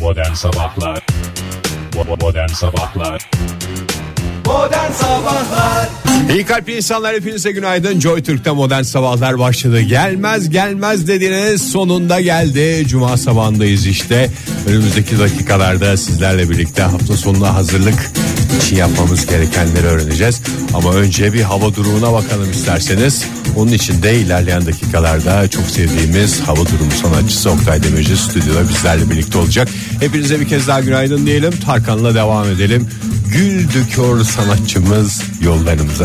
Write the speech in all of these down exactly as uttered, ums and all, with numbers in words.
Modern Sabahlar. Modern Sabahlar. Modern Sabahlar. İyi kalpli insanlar, hepinize günaydın. Joy Türk'te Modern Sabahlar başladı. Gelmez gelmez dediniz, sonunda geldi. Cuma sabahındayız işte. Önümüzdeki dakikalarda sizlerle birlikte hafta sonuna hazırlık için yapmamız gerekenleri öğreneceğiz. Ama önce bir hava durumuna bakalım isterseniz. Onun için de ilerleyen dakikalarda çok sevdiğimiz hava durumu sanatçısı Oktay Demirci stüdyoda bizlerle birlikte olacak. Hepinize bir kez daha günaydın diyelim. Tarkan'la devam edelim. Gül döküyor sanatçımız yollarımıza.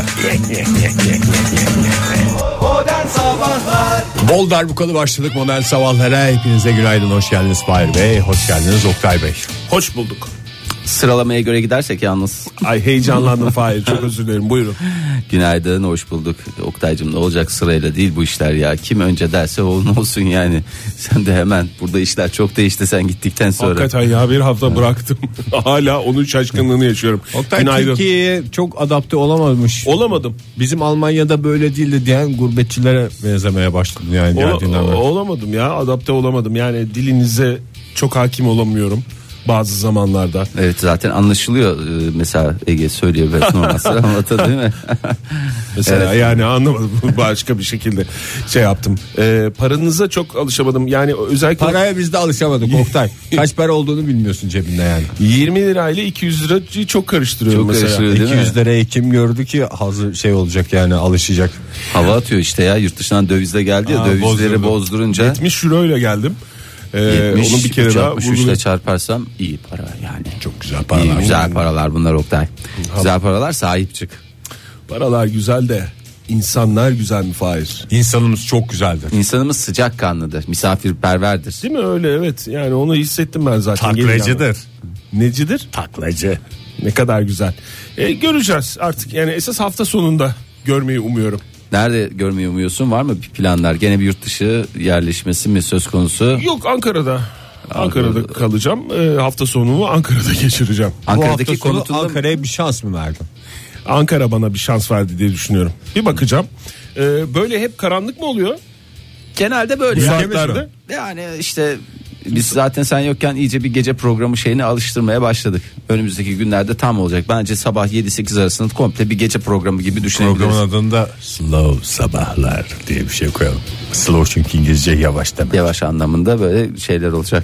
Modern Sabahlar. Bol darbukalı başladık Modern Sabahlara. Hepinize günaydın, hoş geldiniz Fahir Bey. Hoş geldiniz Oktay Bey. Hoş bulduk. Sıralamaya göre gidersek yalnız. Ay heyecanlandım Fahir, çok özür dilerim, buyurun. Günaydın, hoş bulduk. Oktay'cığım, ne olacak, sırayla değil bu işler ya. Kim önce derse o ne olsun yani. Sen de hemen, burada işler çok değişti sen gittikten sonra. Hakikaten ya, bir hafta bıraktım. Hala onun şaşkınlığını yaşıyorum. Oktay Günaydın. Türkiye'ye çok adapte olamamış. Olamadım. Bizim Almanya'da böyle değildi diyen gurbetçilere benzemeye başladım yani. Ola- geldiğinden beri. olamadım ya, adapte olamadım. Yani dilinize çok hakim olamıyorum bazı zamanlarda. Evet, zaten anlaşılıyor. Ee, mesela Ege söylüyor ve normal sıramata değil mi? Mesela Evet. yani anlamadım, başka bir şekilde şey yaptım. Ee, paranıza çok alışamadım. Yani özellikle Paraya biz de alışamadık Oktay. Kaç para olduğunu bilmiyorsun cebinde yani. yirmi lirayla iki yüz lirayı çok karıştırıyorum Çok mesela. karıştırıyor. Değil iki yüz mi? liraya kim gördü ki hazır şey olacak yani, alışacak. Hava atıyor işte ya, yurt dışından dövizle geldi ya, Aa, dövizleri bozdurdu. bozdurunca. yetmiş euro ile geldim. Ee, yetmiş, onu bir kere daha altmış üç ile vurgulayayım. çarparsam iyi para yani. Çok güzel İyi, paralar. güzel paralar bunlar Oktay. Güzel paralar, sahip çık. Paralar güzel de insanlar güzel mi Fahir? İnsanımız çok güzeldir. İnsanımız sıcakkanlıdır, misafirperverdir. Değil mi öyle? Evet, yani onu hissettim ben zaten. Taklacıdır. Necidir? Taklacı. Ne kadar güzel. E, göreceğiz artık, yani esas hafta sonunda görmeyi umuyorum. Nerede görmeyi umuyorsun? Var mı bir planlar? Gene bir yurt dışı yerleşmesi mi söz konusu? Yok, Ankara'da. Ankara'da kalacağım. E, hafta sonumu Ankara'da geçireceğim. Bu hafta Ankara'daki sonu konutunda Ankara'ya bir şans mı verdin? Ankara bana bir şans verdi diye düşünüyorum. Bir bakacağım. E, böyle hep karanlık mı oluyor genelde böyle. bu Yani, saatlerde? yani işte biz zaten sen yokken iyice bir gece programı şeyini alıştırmaya başladık. Önümüzdeki günlerde tam olacak. Bence sabah yedi sekiz arasında komple bir gece programı gibi düşünebiliriz. Programın adını da Slow Sabahlar diye bir şey koyalım. Slow çünkü İngilizce yavaş demek. Yavaş anlamında böyle şeyler olacak.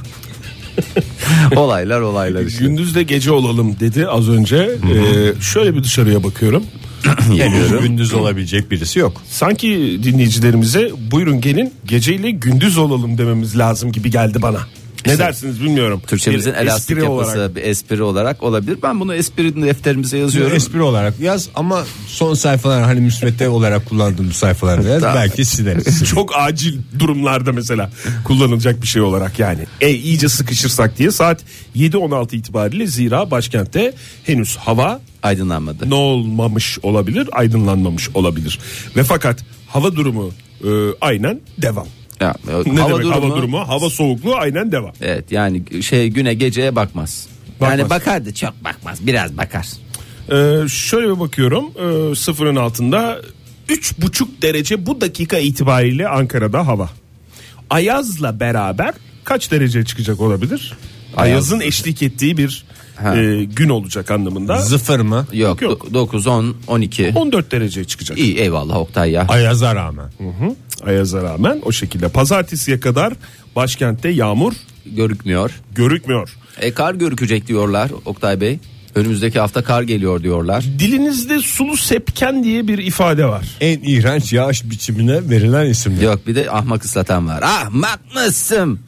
olaylar olaylar işte. Gündüz de gece olalım dedi az önce. E, şöyle bir dışarıya bakıyorum. Henüz gündüz olabilecek birisi yok. Sanki dinleyicilerimize buyurun gelin geceyle gündüz olalım dememiz lazım gibi geldi bana. Ne İşte, dersiniz bilmiyorum. Türkçemizin Bir elastik espri yapısı olarak. bir espri olarak olabilir. Ben bunu espri defterimize yazıyorum. Espri olarak yaz ama son sayfalar, hani müsvedde olarak kullandığım sayfalarda yaz. Tamam. Belki sileriz. Çok acil durumlarda mesela kullanılacak bir şey olarak yani. E iyice sıkışırsak diye saat yedi on altı itibariyle, zira başkentte henüz hava Aydınlanmadı. ne olmamış olabilir, aydınlanmamış olabilir. Ve fakat hava durumu e, aynen devam. Ya, Ne hava demek durumu, hava durumu? Hava soğukluğu aynen devam. Evet, yani şey güne geceye bakmaz. Bakmaz. Yani bakardı, çok bakmaz, biraz bakar. Ee, şöyle bir bakıyorum, ee, sıfırın altında üç buçuk derece bu dakika itibariyle Ankara'da hava. Ayaz'la beraber kaç derece çıkacak olabilir? Ayaz'ın eşlik ettiği bir Ha. e, gün olacak anlamında. Zıfır mı? Yok, Yok. dokuz, on, on iki. on dört dereceye çıkacak. İyi, eyvallah Oktay ya. Ayaz'a rağmen. Hı, Ayaz'a rağmen o şekilde. Pazartesiye kadar başkentte yağmur Görükmüyor. görükmüyor. E kar görükecek diyorlar Oktay Bey. Önümüzdeki hafta kar geliyor diyorlar. Dilinizde sulu sepken diye bir ifade var. En iğrenç yağış biçimine verilen isimler. Yok, bir de ahmak ıslatan var. Ahmak mısın?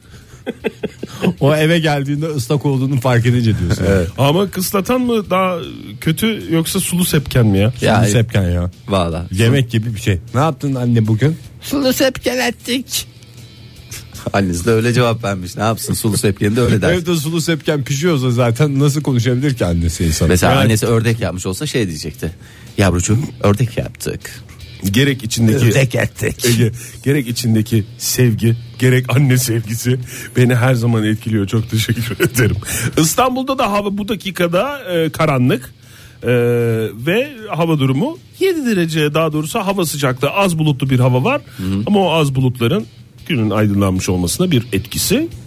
O eve geldiğinde ıslak olduğunu fark edince diyorsun. Evet. Ama kıslatan mı daha kötü, yoksa sulu sepken mi ya? Ya, Sulu sepken ya. Valla. Yemek gibi bir şey. Ne yaptın anne bugün? Sulu sepken ettik. Annesi de öyle cevap vermiş. Ne yapsın, sulu sepkeni de öyle der. Evde sulu sepken pişiyorsa zaten nasıl konuşabilir ki annesi insan? Mesela Yani annesi ördek yapmış olsa şey diyecekti. Yavrucuğum, ördek yaptık. Gerek içindeki Ege, gerek içindeki sevgi, gerek anne sevgisi beni her zaman etkiliyor. Çok teşekkür ederim. İstanbul'da da hava bu dakikada e, karanlık. Ee, ve hava durumu yedi derece, daha doğrusu hava sıcaklığı, az bulutlu bir hava var. Hı-hı. Ama o az bulutların günün aydınlanmış olmasına bir etkisi yok.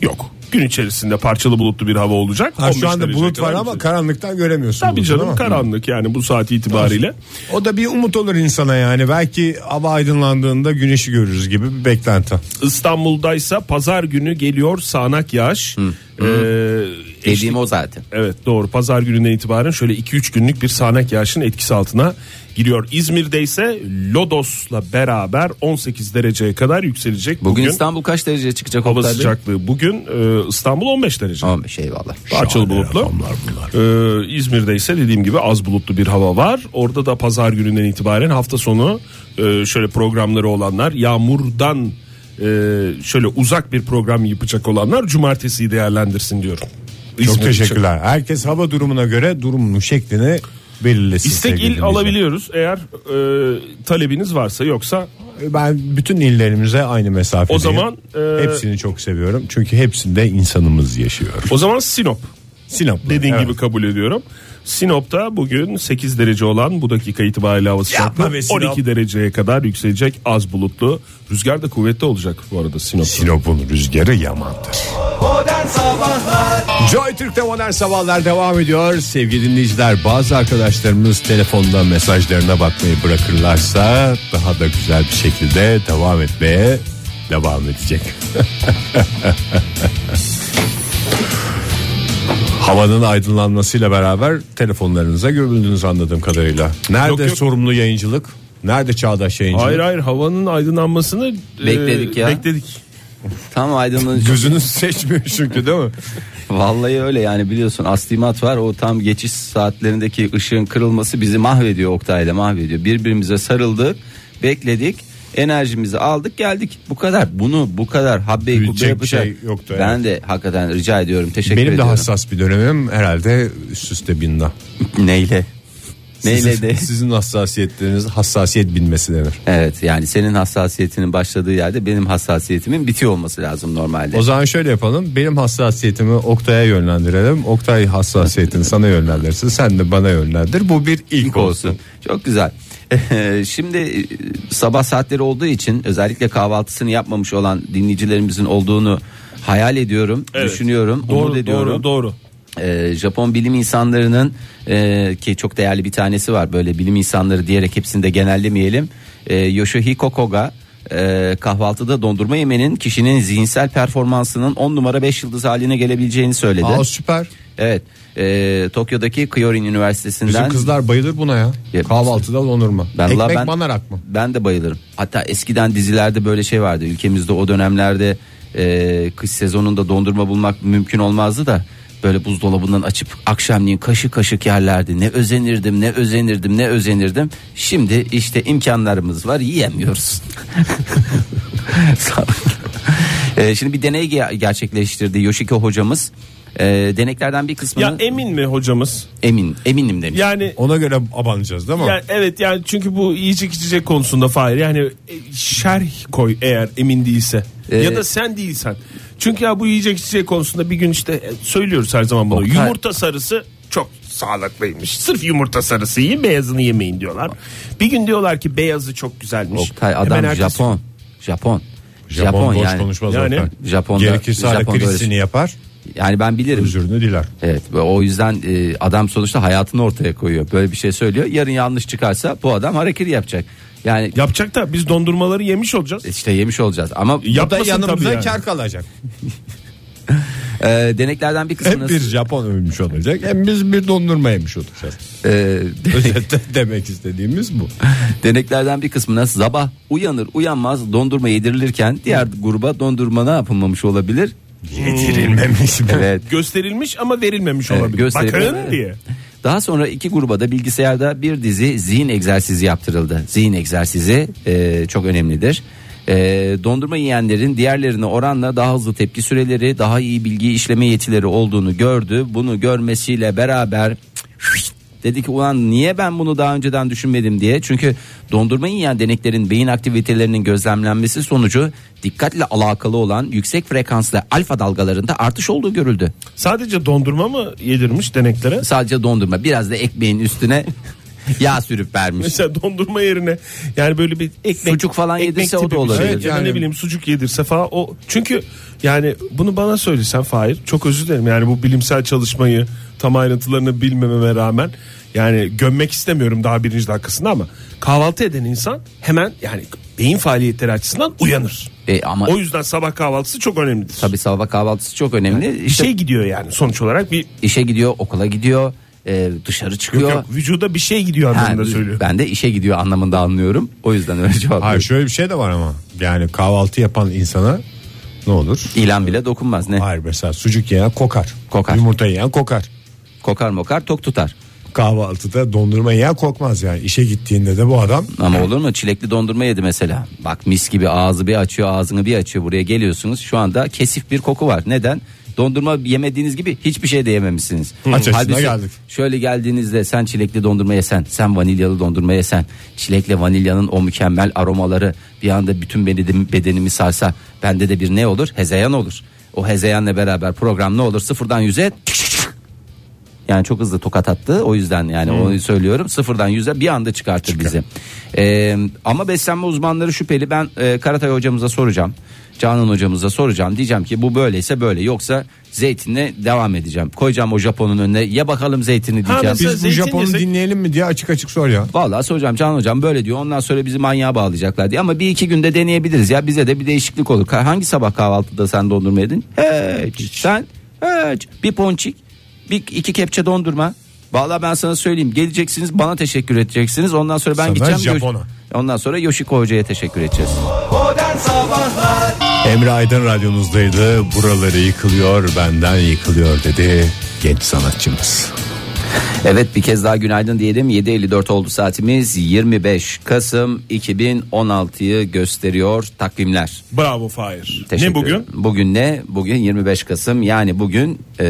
Gün içerisinde parçalı bulutlu bir hava olacak. Ha, şu anda dereceye bulut var kadar ama yükseliyor. karanlıktan göremiyorsun. Tabii bulutu, canım değil mi? karanlık yani bu saat itibariyle. O da bir umut olur insana yani. Belki hava aydınlandığında güneşi görürüz gibi bir beklenti. İstanbul'daysa pazar günü geliyor sağanak yağış. Ee, Dediğim eşlik- o zaten. Evet doğru, pazar gününden itibaren şöyle iki üç günlük bir sağanak yağışın etkisi altına giriyor. İzmir'de ise Lodos'la beraber on sekiz dereceye kadar yükselecek. Bugün, Bugün, İstanbul kaç dereceye çıkacak? hava Oktay Bey? sıcaklığı bugün e, İstanbul on beş derece. on beş eyvallah. Parçalı bulutlu. Ee, İzmir'de ise dediğim gibi az bulutlu bir hava var. Orada da pazar gününden itibaren hafta sonu e, şöyle programları olanlar, yağmurdan e, şöyle uzak bir program yapacak olanlar cumartesiyi değerlendirsin diyorum. Çok İzmir için. teşekkürler. Herkes hava durumuna göre durumunun şeklini belirlesin. İstek sevgili il dinleyiciler. alabiliyoruz eğer e, talebiniz varsa, yoksa Ben bütün illerimize aynı mesafedeyim. O zaman, e, hepsini çok seviyorum. Çünkü hepsinde insanımız yaşıyor. o zaman Sinop Sinop. dediğin Evet. gibi kabul ediyorum. Sinop'ta bugün sekiz derece olan, bu dakika itibariyle hava Yapma sıcaklığı be Sinop. on iki dereceye kadar yükselecek, az bulutlu. Rüzgar da kuvvetli olacak bu arada Sinop'ta. Sinop'un rüzgarı yamandır. Modern Sabahlar Joy Türk'te modern sabahlar devam ediyor. Sevgili dinleyiciler, bazı arkadaşlarımız telefonda mesajlarına bakmayı bırakırlarsa daha da güzel bir şekilde devam etmeye devam edecek. Havanın aydınlanmasıyla beraber telefonlarınıza gömüldünüz anladığım kadarıyla. Nerede Yok, yok. sorumlu yayıncılık? Nerede çağdaş yayıncılık? Hayır hayır, havanın aydınlanmasını e, Bekledik ya. Bekledik. Tam aydınlanacak. Gözünüz seçmiyor çünkü değil mi? Vallahi öyle yani, biliyorsun astigmat var, o tam geçiş saatlerindeki ışığın kırılması bizi mahvediyor, Oktay'la mahvediyor. Birbirimize sarıldık, bekledik, enerjimizi aldık, geldik, bu kadar. Bunu bu kadar habbe kubbe Büyütecek yapacak. şey yoktu, Ben evet. de hakikaten rica ediyorum, teşekkür Benim de ediyorum. hassas bir dönemim herhalde üst üste bindi. Neyle? Neyle Sizin, de? sizin hassasiyetleriniz hassasiyet bilmesi denir. Evet, yani senin hassasiyetinin başladığı yerde benim hassasiyetimin bitiyor olması lazım normalde. O zaman şöyle yapalım. Benim hassasiyetimi Oktay'a yönlendirelim. Oktay hassasiyetini sana yönlendirsin. Sen de bana yönlendir. Bu bir ilk, İlk olsun. olsun. Çok güzel. Şimdi sabah saatleri olduğu için özellikle kahvaltısını yapmamış olan dinleyicilerimizin olduğunu hayal ediyorum, Evet. düşünüyorum, umut Doğru ediyorum. doğru doğru. Ee, Japon bilim insanlarının e, ki çok değerli bir tanesi var, böyle bilim insanları diyerek hepsini de genellemeyelim. E, Yoshihiko Koga e, kahvaltıda dondurma yemenin kişinin zihinsel performansının on numara beş yıldız haline gelebileceğini söyledi. Aa, süper. Evet. E, Tokyo'daki Kyorin Üniversitesi'nden. Bizim kızlar bayılır buna ya. Ya- Kahvaltıda dondurma. Ben- Ekmek ben- banarak mı? Ben de bayılırım. Hatta eskiden dizilerde böyle şey vardı. Ülkemizde o dönemlerde e, kış sezonunda dondurma bulmak mümkün olmazdı da böyle buzdolabından açıp akşamleyin kaşık kaşık yerlerdi. Ne özenirdim, ne özenirdim, ne özenirdim. Şimdi işte imkanlarımız var, yiyemiyoruz. Sağ olun. E, şimdi bir deney ge- gerçekleştirdi Yoshiko hocamız. E, deneklerden bir kısmını Ya emin mi hocamız? emin eminim demiş. Yani Ona göre abanacağız değil mi? Yani evet, yani çünkü bu yiyecek içecek konusunda Fahir, yani e, şerh koy eğer emin değilse Ee, ya da sen değilsen. Çünkü ya bu yiyecek içecek konusunda bir gün işte e, söylüyoruz her zaman bunu. Oktay. Yumurta sarısı çok sağlıklıymış. Sırf yumurta sarısı yiyin, beyazını yemeyin diyorlar. Bir gün diyorlar ki beyazı çok güzelmiş. Oktay, Hemen adam ertesi- Japon. Japon. Japon boş yani. konuşmaz Yani- Oktay. Japon'da- Gerekirse hala Japon'da öyle- krizini yapar. Yani ben bilirim. Özürünü diler. Evet, ve o yüzden e, adam sonuçta hayatını ortaya koyuyor. Böyle bir şey söylüyor. Yarın yanlış çıkarsa bu adam hareketi yapacak. Yani Yapacak da biz dondurmaları yemiş olacağız. işte yemiş olacağız. Ama Bu da Yapmasın yanımıza tabii yani. kar kalacak. e, deneklerden bir Hem kısmını bir Japon ölmüş olacak hem biz bir dondurma yemiş olacağız. e, Özetle demek istediğimiz bu. deneklerden bir kısmına sabah uyanır uyanmaz dondurma yedirilirken diğer gruba dondurma ne yapılmamış olabilir? Yedirilmemiş mi? Evet. Gösterilmiş ama verilmemiş Evet, olabilir. gösterilmiş. Bakın Evet. diye. Daha sonra iki gruba da bilgisayarda bir dizi zihin egzersizi yaptırıldı. Zihin egzersizi e, çok önemlidir. E, dondurma yiyenlerin diğerlerine oranla daha hızlı tepki süreleri, daha iyi bilgi işleme yetileri olduğunu gördü. Bunu görmesiyle beraber dedi ki ulan niye ben bunu daha önceden düşünmedim diye. Çünkü dondurma yiyen deneklerin beyin aktivitelerinin gözlemlenmesi sonucu dikkatle alakalı olan yüksek frekanslı alfa dalgalarında artış olduğu görüldü. Sadece dondurma mı yedirmiş deneklere? Sadece dondurma, biraz da ekmeğin üstüne Yağ sürüp vermiş. Mesela dondurma yerine yani böyle bir ekmek, sucuk falan ekmek yedirse o tipi da bir olabilir. şey. Evet, Ya da yani- ne bileyim sucuk yedirse falan o. Çünkü yani bunu bana söylesen Fahir, çok özür dilerim. Yani bu bilimsel çalışmayı tam ayrıntılarını bilmememe rağmen yani gömmek istemiyorum daha birinci dakikasında ama kahvaltı eden insan hemen yani beyin faaliyetleri açısından uyanır. E, ama O yüzden sabah kahvaltısı çok önemlidir. tabii sabah kahvaltısı çok önemli. Bir İşte şey gidiyor yani sonuç olarak bir işe gidiyor, okula gidiyor, e, dışarı çıkıyor. yok, yok, vücuda bir şey gidiyor Ha, anlamında söylüyorum. ben de işe gidiyor anlamında anlıyorum. O yüzden öyle cevap Hayır, veriyorum. şöyle bir şey de var ama yani kahvaltı yapan insana ne olur? İlan bile dokunmaz ne? Hayır, mesela sucuk yiyen kokar. Kokar. Yumurta yiyen kokar. Kokar mokar tok tutar. Kahvaltıda dondurma yiyen kokmaz yani. İşe gittiğinde de bu adam Ama olur mu? Çilekli dondurma yedi mesela. Bak mis gibi ağzı bir açıyor, ağzını bir açıyor. Buraya geliyorsunuz. Şu anda kesif bir koku var. Neden? Dondurma yemediğiniz gibi hiçbir şey de yememişsiniz. Aç açına Halbuki geldik. şöyle geldiğinizde sen çilekli dondurma yesen, sen vanilyalı dondurma yesen, çilekle vanilyanın o mükemmel aromaları bir anda bütün bedenimi, bedenimi sarsa, bende de bir ne olur? Hezeyan olur. O hezeyanla beraber program ne olur? Sıfırdan yüze yani çok hızlı tokat attı. O yüzden yani hmm. onu söylüyorum. Sıfırdan yüze bir anda çıkartır Çıkar. bizi. Ee, ama beslenme uzmanları şüpheli. Ben e, Karatay hocamıza soracağım. Canan hocamıza soracağım. Diyeceğim ki bu böyleyse böyle. Yoksa zeytinle devam edeceğim. Koyacağım o Japon'un önüne. Ya bakalım zeytini diyeceğim. mesela biz bu zeytin Japon'u yesek- dinleyelim mi diye açık açık sor ya. Vallahi soracağım, Canan hocam böyle diyor. Ondan sonra bizi manyağa bağlayacaklar diye. Ama bir iki günde deneyebiliriz ya. Bize de bir değişiklik olur. Hangi sabah kahvaltıda sen dondurma yedin? Hiç. Sen hiç. Bir ponçik, bir iki kepçe dondurma. Vallahi ben sana söyleyeyim. Geleceksiniz, bana teşekkür edeceksiniz. Ondan sonra ben Sonra gideceğim. Japon'a. Ondan sonra Yoshiko hocaya teşekkür edeceğiz. Modern Sabahlar. Emre Aydın radyonuzdaydı. Buraları yıkılıyor, benden yıkılıyor dedi genç sanatçımız. Evet, bir kez daha günaydın diyelim. yedi elli dört oldu saatimiz. yirmi beş Kasım iki bin on altıyı gösteriyor takvimler. Bravo Fahir. Teşekkür Ne bugün? ederim. Bugün ne? Bugün yirmi beş Kasım. Yani bugün e,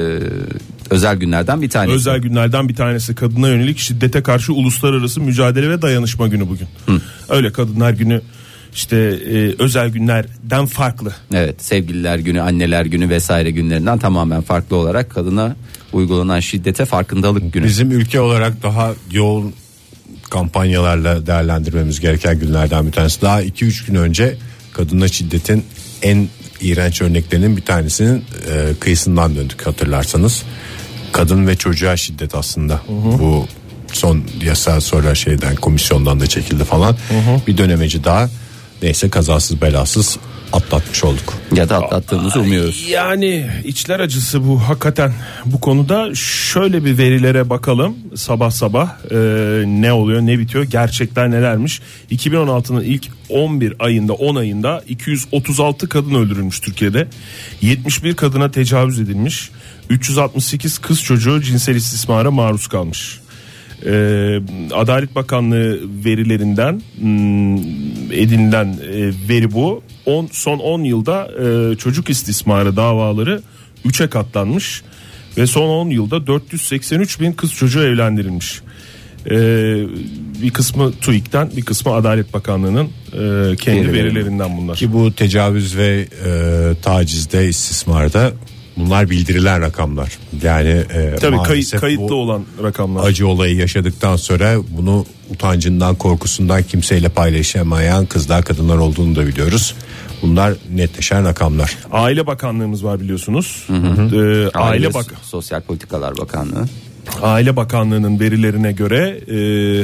özel günlerden bir tanesi. Özel günlerden bir tanesi, kadına yönelik şiddete karşı uluslararası mücadele ve dayanışma günü bugün. Hı. Öyle Kadınlar Günü işte e, özel günlerden farklı. Evet, sevgililer günü, anneler günü vesaire günlerinden tamamen farklı olarak kadına uygulanan şiddete farkındalık günü. Bizim ülke olarak daha yoğun kampanyalarla değerlendirmemiz gereken günlerden bir tanesi. Daha iki üç gün önce kadına şiddetin en iğrenç örneklerinin bir tanesinin e, kıyısından döndük, hatırlarsanız. Kadın ve çocuğa şiddet aslında. Hı hı. Bu son yasa sonra şeyden, komisyondan da çekildi falan. Hı hı. Bir dönemeci daha neyse kazasız belasız atlatmış olduk. Ya da atlattığımızı umuyoruz. Yani içler acısı bu hakikaten. Bu konuda şöyle bir verilere bakalım sabah sabah e, ne oluyor ne bitiyor, gerçekler nelermiş. iki bin on altının ilk on bir ayında on ayında iki yüz otuz altı kadın öldürülmüş Türkiye'de. yetmiş bir kadına tecavüz edilmiş. üç yüz altmış sekiz kız çocuğu cinsel istismara maruz kalmış. Ee, Adalet Bakanlığı verilerinden hmm, edinilen e, veri bu. on, son on yılda e, çocuk istismarı davaları üçe katlanmış ve son on yılda dört yüz seksen üç bin kız çocuğu evlendirilmiş. Ee, bir kısmı TÜİK'ten, bir kısmı Adalet Bakanlığı'nın e, kendi Verileri. verilerinden bunlar. Ki bu tecavüz ve e, tacizde, istismarda bunlar bildirilen rakamlar. Yani e, Tabii kay, maalesef kayıtlı bu olan rakamlar. acı olayı yaşadıktan sonra bunu utancından, korkusundan kimseyle paylaşamayan kızlar, kadınlar olduğunu da biliyoruz. Bunlar netleşen rakamlar. Aile Bakanlığımız var biliyorsunuz. Hı hı. Ee, Aile Aile Bak Sosyal Politikalar Bakanlığı. Aile Bakanlığı'nın verilerine göre e,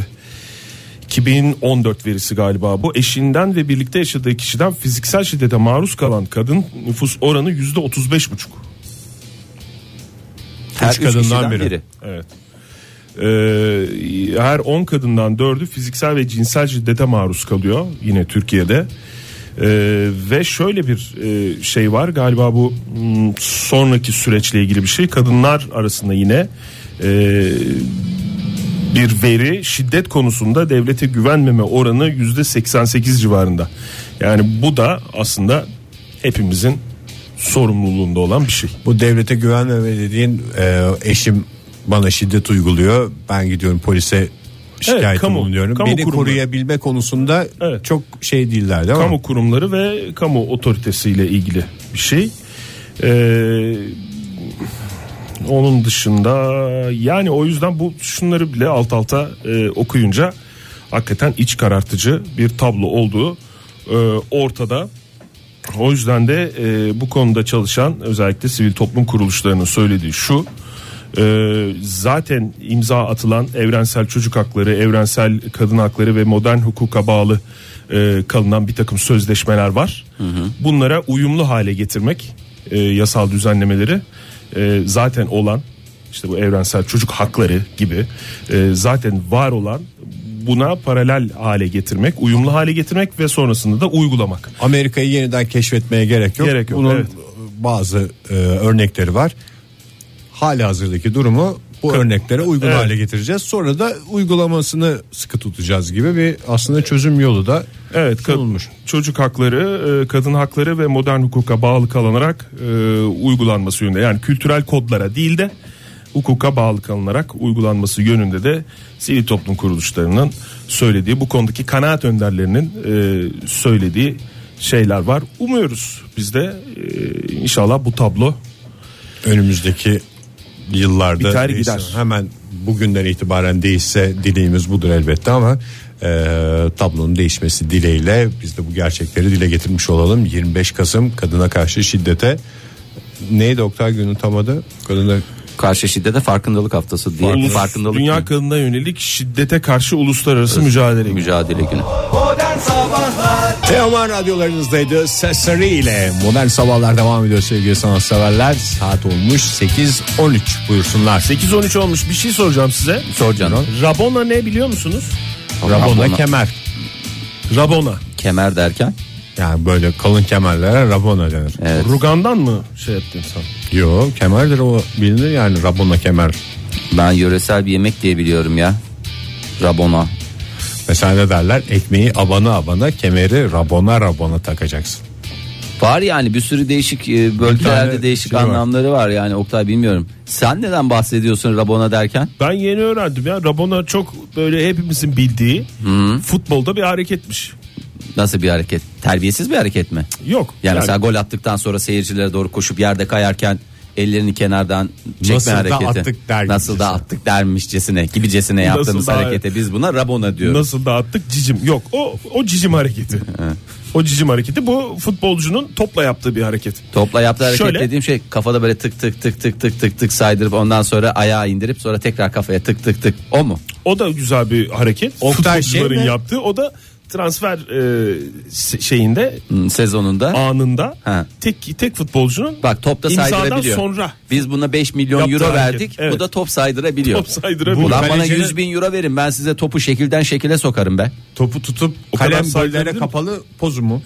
iki bin on dört verisi galiba bu. Eşinden ve birlikte yaşadığı kişiden fiziksel şiddete maruz kalan kadın nüfus oranı yüzde otuz beş buçuk. Her Üç üç kadından kişiden biri. biri. Evet. Ee, her on kadından dördü fiziksel ve cinsel şiddete maruz kalıyor yine Türkiye'de. Ee, ve şöyle bir e, şey var galiba, bu m, sonraki süreçle ilgili bir şey. Kadınlar arasında yine e, bir veri, şiddet konusunda devlete güvenmeme oranı yüzde seksen sekiz civarında. Yani bu da aslında hepimizin sorumluluğunda olan bir şey. Bu devlete güvenmeme dediğin e, eşim bana şiddet uyguluyor, ben gidiyorum polise şikayet Evet, kamu- bulunuyorum. kamu Beni kurumları. koruyabilme konusunda Evet. çok şey değiller değil mi? Kamu kurumları ve kamu otoritesiyle ilgili bir şey. Ee, Onun dışında yani o yüzden bu şunları bile alt alta e, okuyunca hakikaten iç karartıcı bir tablo olduğu e, ortada. O yüzden de e, bu konuda çalışan özellikle sivil toplum kuruluşlarının söylediği şu: e, zaten imza atılan evrensel çocuk hakları, evrensel kadın hakları ve modern hukuka bağlı e, kalınan bir takım sözleşmeler var. Hı hı. Bunlara uyumlu hale getirmek, e, yasal düzenlemeleri e, zaten olan, işte bu evrensel çocuk hakları gibi e, zaten var olan, buna paralel hale getirmek, uyumlu hale getirmek ve sonrasında da uygulamak. Amerika'yı yeniden keşfetmeye gerek yok. Gerek yok. Bunun evet. bazı e, örnekleri var. Hali hazırdaki durumu bu örneklere uygun evet. hale getireceğiz. Sonra da uygulamasını sıkı tutacağız gibi bir aslında çözüm yolu da evet, sunulmuş. Çocuk hakları, kadın hakları ve modern hukuka bağlı kalınarak e, uygulanması yönünde. Yani kültürel kodlara değil de hukuka bağlı kalınarak uygulanması yönünde de sivil toplum kuruluşlarının söylediği, bu konudaki kanaat önderlerinin e, söylediği şeyler var. Umuyoruz biz de e, inşallah bu tablo önümüzdeki yıllarda biter değilse, gider. hemen bugünden itibaren değişse dileğimiz budur elbette, ama e, tablonun değişmesi dileğiyle biz de bu gerçekleri dile getirmiş olalım. yirmi beş Kasım kadına karşı şiddete, neydi Oktay günün tam adı? Kadına Karşı şiddete farkındalık haftası diye Ulus, farkındalık Dünya günü. kadına yönelik şiddete karşı uluslararası mücadele günü. mücadele günü. Modern Sabahlar. Teoman radyolarınızdaydı. Sesleri ile Modern Sabahlar devam ediyor sevgili sanatseverler. Saat olmuş sekiz on üç, buyursunlar. sekiz on üç olmuş. Bir şey soracağım size. Sor canım. Rabona ne biliyor musunuz? Rabona, Rabona. kemer. Rabona. Kemer derken? Yani böyle kalın kemerlere Rabona denir. Evet. Rugan'dan mı şey ettin sen? Yo, kemerdir o, bilinir yani Rabona kemer. Ben yöresel bir yemek diye biliyorum ya. Rabona. Mesela ne derler? Ekmeği abana abana, kemeri Rabona Rabona takacaksın. Var yani bir sürü değişik e, bölgelerde tane değişik şey var. anlamları var yani Oktay, bilmiyorum. Sen neden bahsediyorsun Rabona derken? Ben yeni öğrendim ya. Rabona çok böyle hepimizin bildiği Hı. futbolda bir hareketmiş. Nasıl bir hareket? Terbiyesiz bir hareket mi? Yok. Yani, mesela gol attıktan sonra seyircilere doğru koşup yerde kayarken ellerini kenardan çekme Nasıl da hareketi. attık der Nasıl da gibicesine. attık dermişcesine gibicesine Nasıl yaptığımız da- harekete biz buna Rabona diyoruz. Nasıl dağıttık cicim. Yok, o o cicim hareketi. O cicim hareketi bu futbolcunun topla yaptığı bir hareket. Topla yaptığı hareket Şöyle- dediğim şey kafada böyle tık tık tık tık tık tık tık saydırıp ondan sonra ayağı indirip sonra tekrar kafaya tık tık tık, o mu? O da güzel bir hareket. Oktay, Futbolcuların şey mi? yaptığı. O da transfer e, şeyinde Hmm, sezonunda. anında Ha. tek tek futbolcunun Bak topta imzadan saydırabiliyor. sonra Biz buna beş milyon Yaptığı euro hareket, verdik. evet. Bu da top saydırabiliyor. top saydırabiliyor. Ulan bana Kalecinin- yüz bin euro verin, ben size topu şekilden şekile sokarım be. Topu tutup O kadar kalem saydırabilir gollere mi? kapalı pozu mu?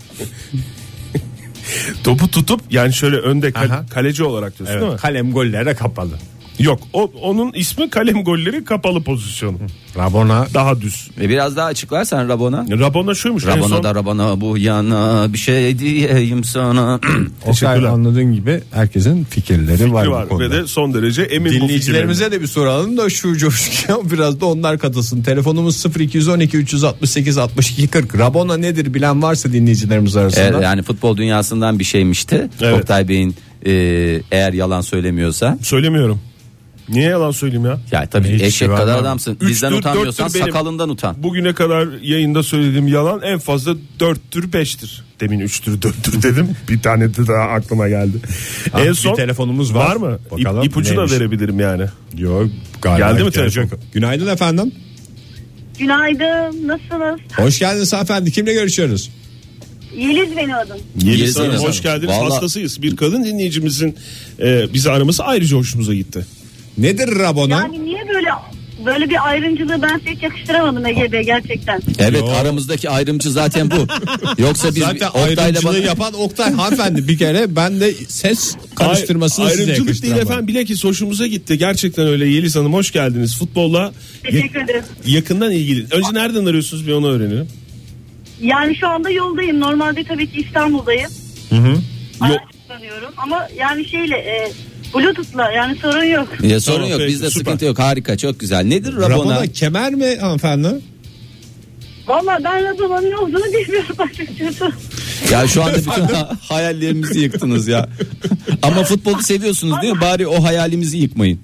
Topu tutup yani şöyle önde kal- Aha. kaleci olarak diyorsun değil mi? Evet, kalem gollere kapalı. Yok, o onun ismi kalem golleri kapalı pozisyonu. Rabona Daha düz. Ve biraz daha açıklarsan Rabona. Rabona şuymuş. en Rabona son- da Rabona bu yana bir şey diyeyim sana. Oktay, Teşekkürler. anladığın gibi herkesin fikirleri var, var bu konuda. ve de son derece emin bu Dinleyicilerimize de bir soralım da şu coşkuya biraz da onlar katılsın. Telefonumuz sıfır iki on iki üç altı sekiz altmış iki kırk. Rabona nedir bilen varsa dinleyicilerimiz arasında. Evet, yani futbol dünyasından bir şeymişti. Evet. Oktay Bey'in e, eğer yalan söylemiyorsa. Söylemiyorum. Niye yalan söyleyeyim ya? Ya tabii Hiç eşek güven kadar var mı? adamsın. Üçtür, Bizden utanmıyorsan dörttür benim. sakalından utan. Bugüne kadar yayında söylediğim yalan en fazla dörttür beştir. Demin üçtür dörttür dedim. Bir tane de daha aklıma geldi. Ah, en bir son telefonumuz var. Var mı? Bakalım İp, ipucu neymiş? da verebilirim yani. Yok, galiba Geldi mi ihtiyacı telefon? yok. Günaydın efendim. Günaydın, nasılsınız? Hoş geldiniz hanımefendi. Kimle görüşüyoruz? Yeliz benim adım. Yeliz Yeliz Hanım Hanım. hoş geldiniz. Vallahi- Hastasıyız. Bir kadın dinleyicimizin e, bizi araması ayrıca hoşumuza gitti. Nedir Rabona? Yani niye böyle böyle bir ayrımcılığı ben size hiç yakıştıramadım Ege Bey gerçekten. Evet, Yo. aramızdaki ayrımcı zaten bu. Yoksa biz Zaten Oktay'la ayrımcılığı bana... yapan Oktay hanımefendi bir kere, ben de ses karıştırmasını Ay- size Ayrımcılık değil yakıştıramam. efendim, bilakis hoşumuza gitti. Gerçekten öyle. Yeliz Hanım hoş geldiniz. Futbolla Teşekkür ederim. yakından ilgili. Önce nereden arıyorsunuz, bir onu öğrenelim. Yani şu anda yoldayım. Normalde tabii ki İstanbul'dayım. Hı hı. Araç kullanıyorum ama yani şeyle e, Bluetooth'la yani sorun yok. Ya, sorun Tamam, yok, peki, bizde süper. sıkıntı yok, harika, çok güzel. Nedir Rabona? Rabona kemer mi hanımefendi? Valla ben Rabona'nın ne olduğunu bilmiyorum açıkçası. Ya şu anda bütün ha- hayallerimizi yıktınız ya. Ama futbolu seviyorsunuz değil mi? Bari o hayalimizi yıkmayın.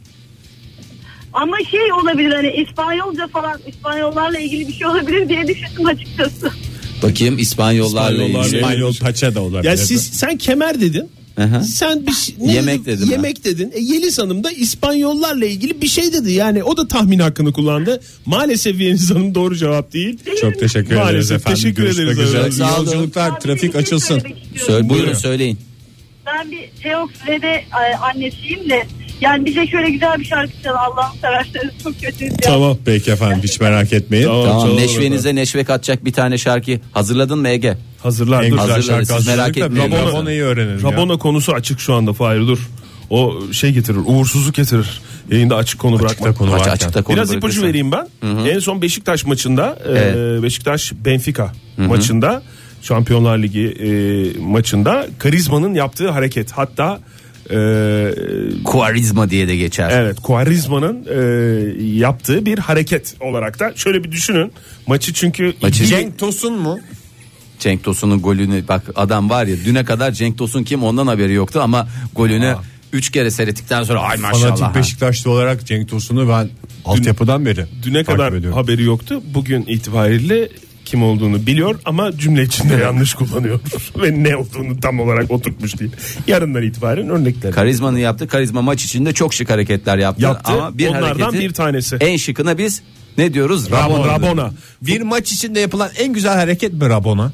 Ama şey olabilir hani İspanyolca falan İspanyollarla ilgili bir şey olabilir diye düşündüm açıkçası. Bakayım İspanyollarla İspanyollarla ilgili. İspanyol paça da olabilir. Ya siz sen kemer dedin. Aha. Sen bir şey- ne Yemek dedin? dedim Yemek dedin. E, Yeliz Hanım da İspanyollarla ilgili bir şey dedi. Yani o da tahmin hakkını kullandı. Maalesef Yeliz Hanım doğru cevap değil. Çok teşekkür Maalesef, ederiz efendim. teşekkür Görüşmek ederiz üzere. efendim. Sağ olun. Yolculuklar, Ben trafik bir şey açılsın. söylemek istiyorum. Söyle, buyurun, Buyurun. söyleyin. Ben bir Teox ve de e, annesiyim de yani bize şöyle güzel bir şarkı çal Allah'ını severseniz çok kötüyüz ya. Tamam peki efendim, hiç merak etmeyin. Tamam. Tamam, çalalım neşvenize neşve katacak bir tane şarkı hazırladın mı Ege? Hazırlar. En dur. güzel Hazırlarız, şarkı siz merak hazırladık da etmeyin. Rabona- Rabona'yı öğrenelim ya. Rabona konusu açık şu anda Fahir dur. O şey getirir, uğursuzluk getirir. Yayında açık konu Açıkta bırakma. konu Aç, varken. açıkta konu Biraz ipucu bırakırsan. vereyim ben. En son Beşiktaş maçında, Evet. e, Beşiktaş Benfica maçında, Şampiyonlar Ligi e, maçında Karizma'nın yaptığı hareket. Hatta e, Kuarizma diye de geçer. evet, Quaresma'nın e, yaptığı bir hareket olarak da şöyle bir düşünün. Maçı çünkü Maçı- Cenk Tosun mu? Cenk Tosun'un golünü bak, adam var ya, düne kadar Cenk Tosun kim ondan haberi yoktu ama golünü üç kere seyrettikten sonra ay maşallah. Fanatik ha. Beşiktaşlı olarak Cenk Tosun'u ben altyapıdan beri düne takip kadar ediyorum. haberi yoktu. Bugün itibariyle kim olduğunu biliyor ama cümle içinde yanlış kullanıyor ve ne olduğunu tam olarak oturtmuş değil. Yarından itibaren örnekler. Karizma'nın yaptı. Karizma maç içinde çok şık hareketler yaptı. Yaptı. Ama bir Onlardan hareketi, bir tanesi. en şıkına biz ne diyoruz? Rabona. Rabona. Rabona. Bir maç içinde yapılan en güzel hareket mi Rabona?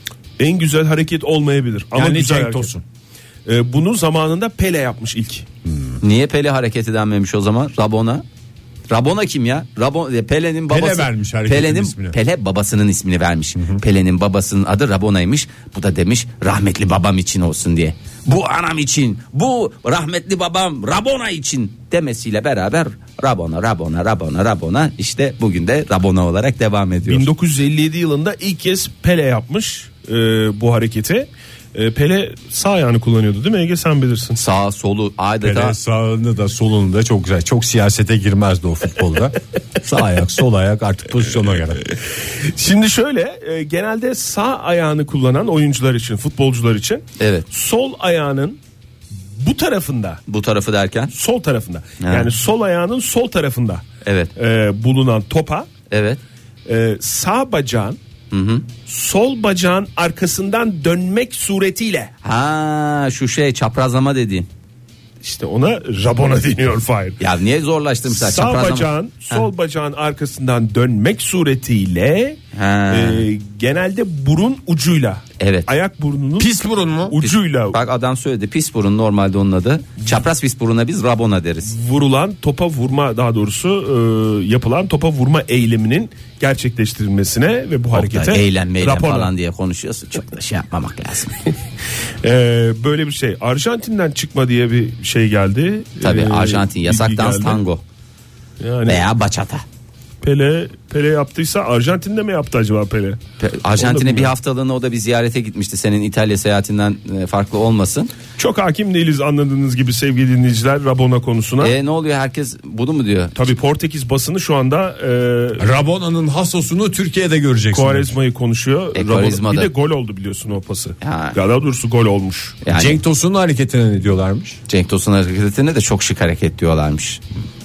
En güzel hareket olmayabilir ama Yani güzel Cenk hareket. Tosun. Ee, bunu zamanında Pele yapmış ilk. Niye Pele hareketi denmemiş o zaman? Rabona. Rabona kim ya? Rabon Pele'nin babası. vermiş hareketin Pele'nin ismini. Pele babasının ismini vermiş. Pele'nin babasının adı Rabona'ymış. Bu da demiş rahmetli babam için olsun diye. Bu anam için, bu rahmetli babam Rabona için demesiyle beraber Rabona, Rabona, Rabona, Rabona, işte bugün de Rabona olarak devam ediyor. bin dokuz yüz elli yedi yılında ilk kez Pele yapmış e, bu hareketi. E, Pele sağ ayağını kullanıyordu değil mi Ege, sen bilirsin. Sağ solu adeta Pele sağını da solunu da çok güzel. Çok siyasete girmezdi o futbolda. Sağ ayak, sol ayak artık pozisyona göre. Şimdi şöyle e, genelde sağ ayağını kullanan oyuncular için, futbolcular için Evet. sol ayağının bu tarafında, bu tarafı derken. sol tarafında, Ha. yani sol ayağının sol tarafında Evet. e, bulunan topa Evet. e, sağ bacağın Hı hı. sol bacağın arkasından dönmek suretiyle, Ha, şu şey çaprazlama dediğin. işte ona Rabona deniyor Fahir. Ya niye zorlaştırmışlar? Sağ Çaprazlama. bacağın sol bacağın arkasından dönmek suretiyle Ha. e, genelde burun ucuyla, Evet. ayak burnunun Pis burun mu? ucuyla Bak adam söyledi, pis burun normalde onun adı. Çapraz pis buruna biz Rabona deriz. vurulan topa vurma, daha doğrusu e, yapılan topa vurma eyleminin gerçekleştirilmesine ve bu harekete Oktay, eylem meylem rapor- falan diye konuşuyorsun. Çok da şey yapmamak lazım. E, böyle bir şey. Arjantin'den çıkma diye bir şey geldi. Tabii E, Arjantin yasak bilgi dans geldi. tango Yani veya bachata. Pele Pele yaptıysa Arjantin'de mi yaptı acaba Pele? Pe- Onu da Arjantin'e bir bilmiyorum. haftalığına o da bir ziyarete gitmişti. Senin İtalya seyahatinden e, farklı olmasın. Çok hakim değiliz anladığınız gibi sevgili dinleyiciler Rabona konusuna. E ne oluyor, herkes bunu mu diyor? Tabii Portekiz basını şu anda e, Rabona'nın hasosunu Türkiye'de göreceksiniz. Quaresma'yı konuşuyor. E, Rabona- Quaresma bir da- de gol oldu biliyorsun o pası. Ha. Daha doğrusu gol olmuş. Yani Cenk, Cenk Tosun'un hareketine ne diyorlarmış? Tosun hareketine de çok şık hareket diyorlarmış.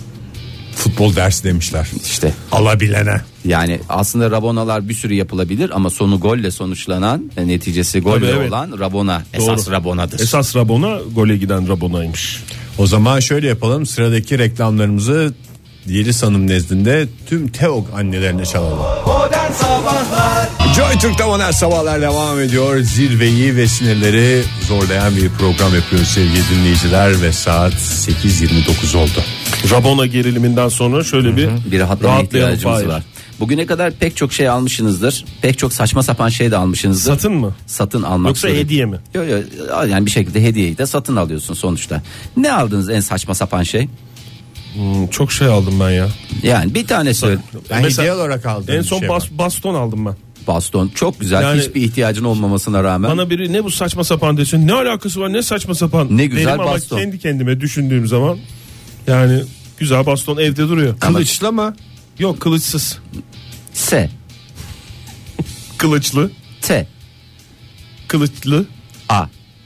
Futbol dersi demişler. İşte Alabilene. yani aslında Rabonalar bir sürü yapılabilir ama sonu golle sonuçlanan, e, neticesi golle Tabii, evet. olan Rabona esas Doğru. Rabona'dır. Esas Rabona gole giden Rabona'ymış. O zaman şöyle yapalım, sıradaki reklamlarımızı Yeliz Hanım nezdinde tüm Teok annelerine çalalım. Modern Sabahlar Joy Türk'te modern sabahlar devam ediyor. Zirveyi ve sinirleri zorlayan bir program yapıyoruz sevgili dinleyiciler ve saat sekiz yirmi dokuz oldu. Rabona geriliminden sonra şöyle bir Bir rahatlama rahatlayalım ihtiyacımız Fahir. var. Bugüne kadar pek çok şey almışsınızdır. Pek çok saçma sapan şey de almışsınızdır. Satın mı? Satın almak. Yoksa sureti- hediye mi? Yok yok, yani bir şekilde hediyeyi de satın alıyorsun sonuçta. Ne aldınız en saçma sapan şey? Hmm, çok şey aldım ben ya. Yani bir tane söyle. Ben Mesela hediye olarak aldım. En son bas, baston aldım ben. Baston çok güzel, Yani- hiçbir ihtiyacın olmamasına rağmen. Bana biri ne bu saçma sapan desin. Ne alakası var, ne saçma sapan. Ne güzel Benim ama baston. kendi kendime düşündüğüm zaman yani güzel baston evde duruyor. Kılıçlı mı? Yok, kılıçsız. S, Kılıçlı. T. Kılıçlı. A.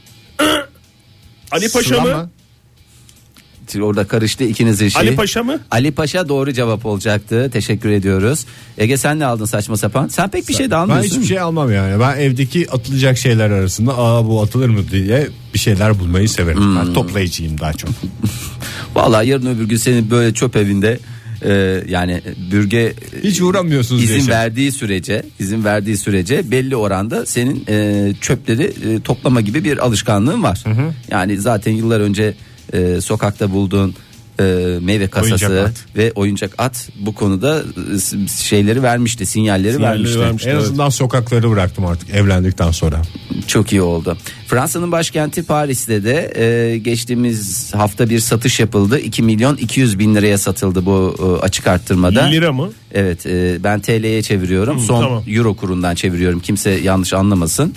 Ali Paşa Sıra mı? mı? Orada karıştı ikinizin şeyi. Ali Paşa mı? Ali Paşa doğru cevap olacaktı. Teşekkür ediyoruz. Ege sen ne aldın saçma sapan? Sen pek bir şey de Ben almıyorsun. hiçbir şey almam yani. Ben evdeki atılacak şeyler arasında aa bu atılır mı diye bir şeyler bulmayı severim. Hmm. Ben toplayıcıyım daha çok. Vallahi yarın öbür gün senin böyle çöp evinde e, yani bürge Hiç uğramıyorsunuz izin diye. verdiği sürece izin verdiği sürece belli oranda senin e, çöpleri e, toplama gibi bir alışkanlığın var. Hı hı. Yani zaten yıllar önce e, sokakta bulduğun e, meyve kasası Oyuncak at. ve oyuncak at bu konuda e, şeyleri vermişti, sinyalleri, Sinyalleri vermişti. vermişti. En Evet. azından sokakları bıraktım artık evlendikten sonra. Çok iyi oldu. Fransa'nın başkenti Paris'te de e, geçtiğimiz hafta bir satış yapıldı. iki milyon iki yüz bin liraya satıldı bu e, açık arttırmada. Lira mı? Evet, e, ben T L'ye çeviriyorum. Hı, Son tamam. euro kurundan çeviriyorum. Kimse yanlış anlamasın.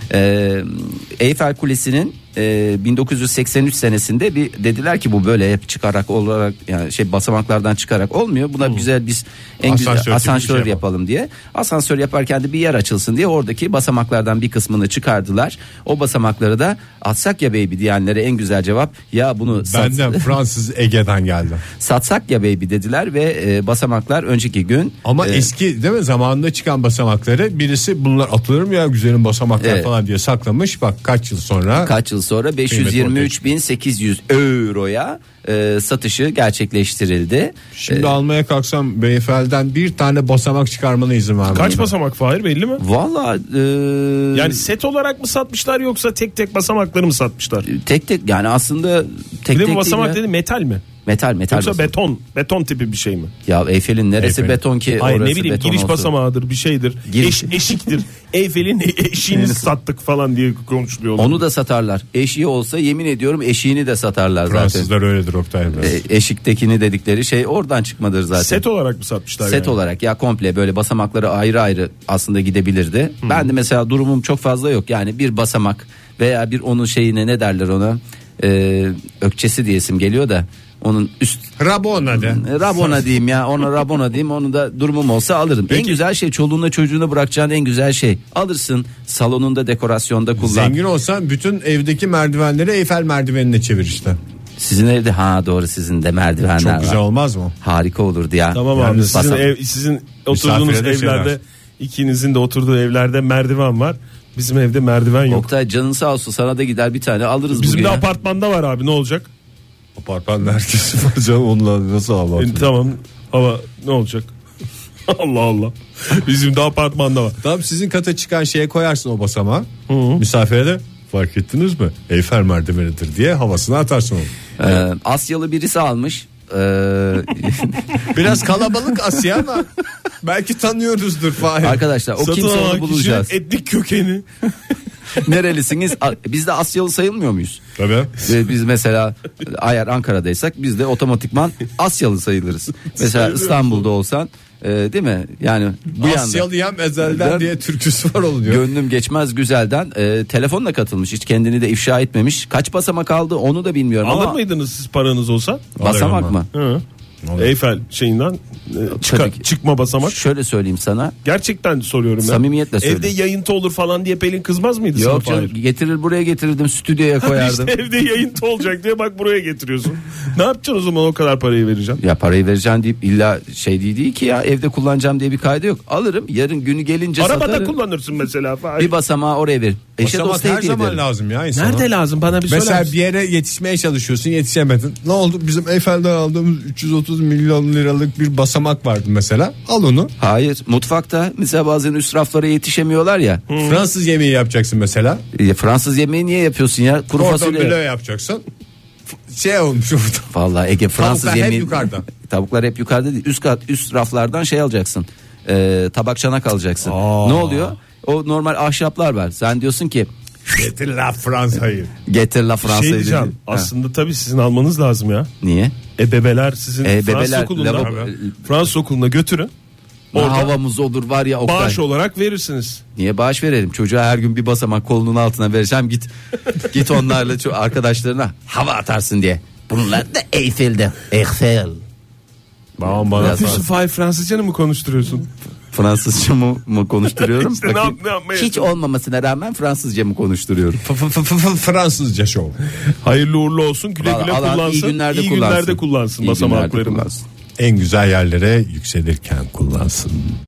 e, Eyfel Kulesi'nin e, bin dokuz yüz seksen üç senesinde bir dediler ki bu böyle hep çıkarak olarak yani şey basamaklardan çıkarak olmuyor. Buna güzel biz en Asansör güzel tipi bir asansör şey yapalım diye. Asansör yaparken de bir yer açılsın diye oradaki basamaklardan bir kısmını çıkardılar. O basamakları da atsak ya baby diyenlere en güzel cevap ya bunu sat, Benden Fransız Ege'den geldi. satsak ya baby dediler ve e, basamaklar önceki gün Ama e, eski değil mi zamanında çıkan basamakları birisi bunlar atılır mı ya güzelim basamaklar Evet. falan diye saklamış. Bak kaç yıl sonra. kaç yıl sonra beş yüz yirmi üç bin sekiz yüz euroya e, satışı gerçekleştirildi. Şimdi E, almaya kalksam Beyfel'den bir tane basamak çıkarmana izin vermem. Kaç basamak Fahir belli mi? Valla e, Yani set olarak mı satmışlar yoksa tek tek basamakları mı satmışlar? tek tek yani aslında tek Bir de tek bu basamak değil ya. dedi metal mi? metal metal Yoksa basamak. beton, beton tipi bir şey mi? Ya Eyfel'in neresi Eyfel'in. beton ki Hayır orası ne bileyim beton giriş olsun. basamağıdır bir şeydir. Giriş- Eş, eşiktir. Eyfel'in eşiğini sattık falan diye konuşuluyor. Onu da satarlar. Eşiği olsa yemin ediyorum eşiğini de satarlar zaten. Fransızlar öyledir Oktay Bey. E, eşiktekini dedikleri şey oradan çıkmadır zaten. Set olarak mı satmışlar Set yani? olarak ya komple böyle basamakları ayrı ayrı aslında gidebilirdi. Hmm. Ben de mesela durumum çok fazla yok. Yani bir basamak veya bir onun şeyine ne derler ona ee, ökçesi diyesim geliyor da onun üst Rabona de. Rabona diyeyim ya ona Rabona diyeyim onu da durumum olsa alırım. En güzel şey çoluğuna çocuğuna bırakacağın en güzel şey alırsın salonunda dekorasyonda kullan. Zengin olsan bütün evdeki merdivenleri Eyfel merdivenine çevir işte. Sizin evde ha doğru sizin de merdivenler Çok var. güzel olmaz mı? Harika olurdu ya. Tamam Yani abi sizin, basam- ev, sizin oturduğunuz Misafire de evlerde şeyler. ikinizin de oturduğu evlerde merdiven var. Bizim evde merdiven yok. Oktay canın sağ olsun sana da gider bir tane alırız Bizim bugün de ya. apartmanda var abi ne olacak? Apartmanda herkesi var canım onunla nasıl hava E, tamam ama ne olacak? Allah Allah. Bizim de apartmanda var. Tamam sizin kata çıkan şeye koyarsın o basamağı. Misafire de fark ettiniz mi? Eyfel merdivenidir diye havasını atarsın onu. Ee, Asyalı birisi almış. Ee, Biraz kalabalık Asya ama belki tanıyoruzdur Fahir. arkadaşlar o Satın kimse alan onu bulacağız. kişinin etnik kökeni. Nerelisiniz? A- Biz de Asyalı sayılmıyor muyuz? Tabii. Ve biz mesela eğer Ankara'daysak biz de otomatikman Asyalı sayılırız. Mesela İstanbul'da olsan e, değil mi? Yani bu yanda Asyalıyam ezelden Ben- diye türküsü var oluyor. gönlüm geçmez güzelden e, telefonla katılmış. Hiç kendini de ifşa etmemiş. Kaç basamak aldı onu da bilmiyorum Alır ama mıydınız siz paranız olsa? basamak Alırım mı? Hı. Eyfel şeyinden e, çıka- Tabii ki. çıkma basamak. Şöyle söyleyeyim sana. Gerçekten soruyorum ya. Samimiyetle Evde söylüyorum. yayıntı olur falan diye Pelin kızmaz mıydı Yok sana canım Fahir? getirir buraya getirirdim stüdyoya koyardım. İşte evde yayıntı olacak diye bak buraya getiriyorsun. Ne yapacaksın o zaman o kadar parayı vereceğim? Ya parayı vereceğim deyip illa şey değil, değil ki ya evde kullanacağım diye bir kaydı yok. Alırım yarın günü gelince Arabada satarım. kullanırsın mesela. Fahir. Bir basamağı oraya ver. Eşe Basamak dosta her hediye zaman ederim. lazım ya insana. Nerede lazım bana bir söyler Mesela misin? bir yere yetişmeye çalışıyorsun yetişemedin. Ne oldu? Bizim Eyfel'den aldığımız üç yüz otuz milyon liralık bir basamak vardı mesela. Al onu. Hayır mutfakta mesela bazen üst raflara yetişemiyorlar ya. Fransız yemeği yapacaksın mesela. E, Fransız yemeği niye yapıyorsun ya? Kuru Cordon fasulye. bleu yapacaksın. F- Şey olmuş orada. Vallahi Ege Fransız Tavuklar hep yemeği. yukarıda. Tavuklar hep yukarıda değil. Üst kat üst raflardan şey alacaksın. E, tabak çanak alacaksın. Ne oluyor? O normal ahşaplar var. Sen diyorsun ki Getir la Fransa'yı. getir la Şey Fransa'yı. diyeceğim. dedi. Ha. Aslında tabii sizin almanız lazım ya. Niye? Ebebeler sizin Ebebeler, Fransız okulunda, lavabo- Fransız okuluna götürün. Ne Orada havamız olur var ya Oktay. bağış olarak verirsiniz. Niye bağış verelim? Çocuğa her gün bir basamak kolunun altına vereceğim. Git git onlarla ço- arkadaşlarına hava atarsın diye. Bunlar da Eyfel'de. Eiffel. Tamam Biraz bana. fazla. Yusuf Fahir Fransızca mı konuşturuyorsun? Fransızca mı, mı konuşturuyorum? İşte ne yap- ne yapmaya Hiç olmamasına rağmen Fransızca mı konuşturuyorum? F- f- f- f- Fransızca şov. Hayırlı uğurlu olsun, güle Vallahi güle Allah kullansın. iyi günlerde iyi kullansın. günlerde kullansın İyi günlerde basamaklarını. kullansın. En güzel yerlere yükselirken kullansın.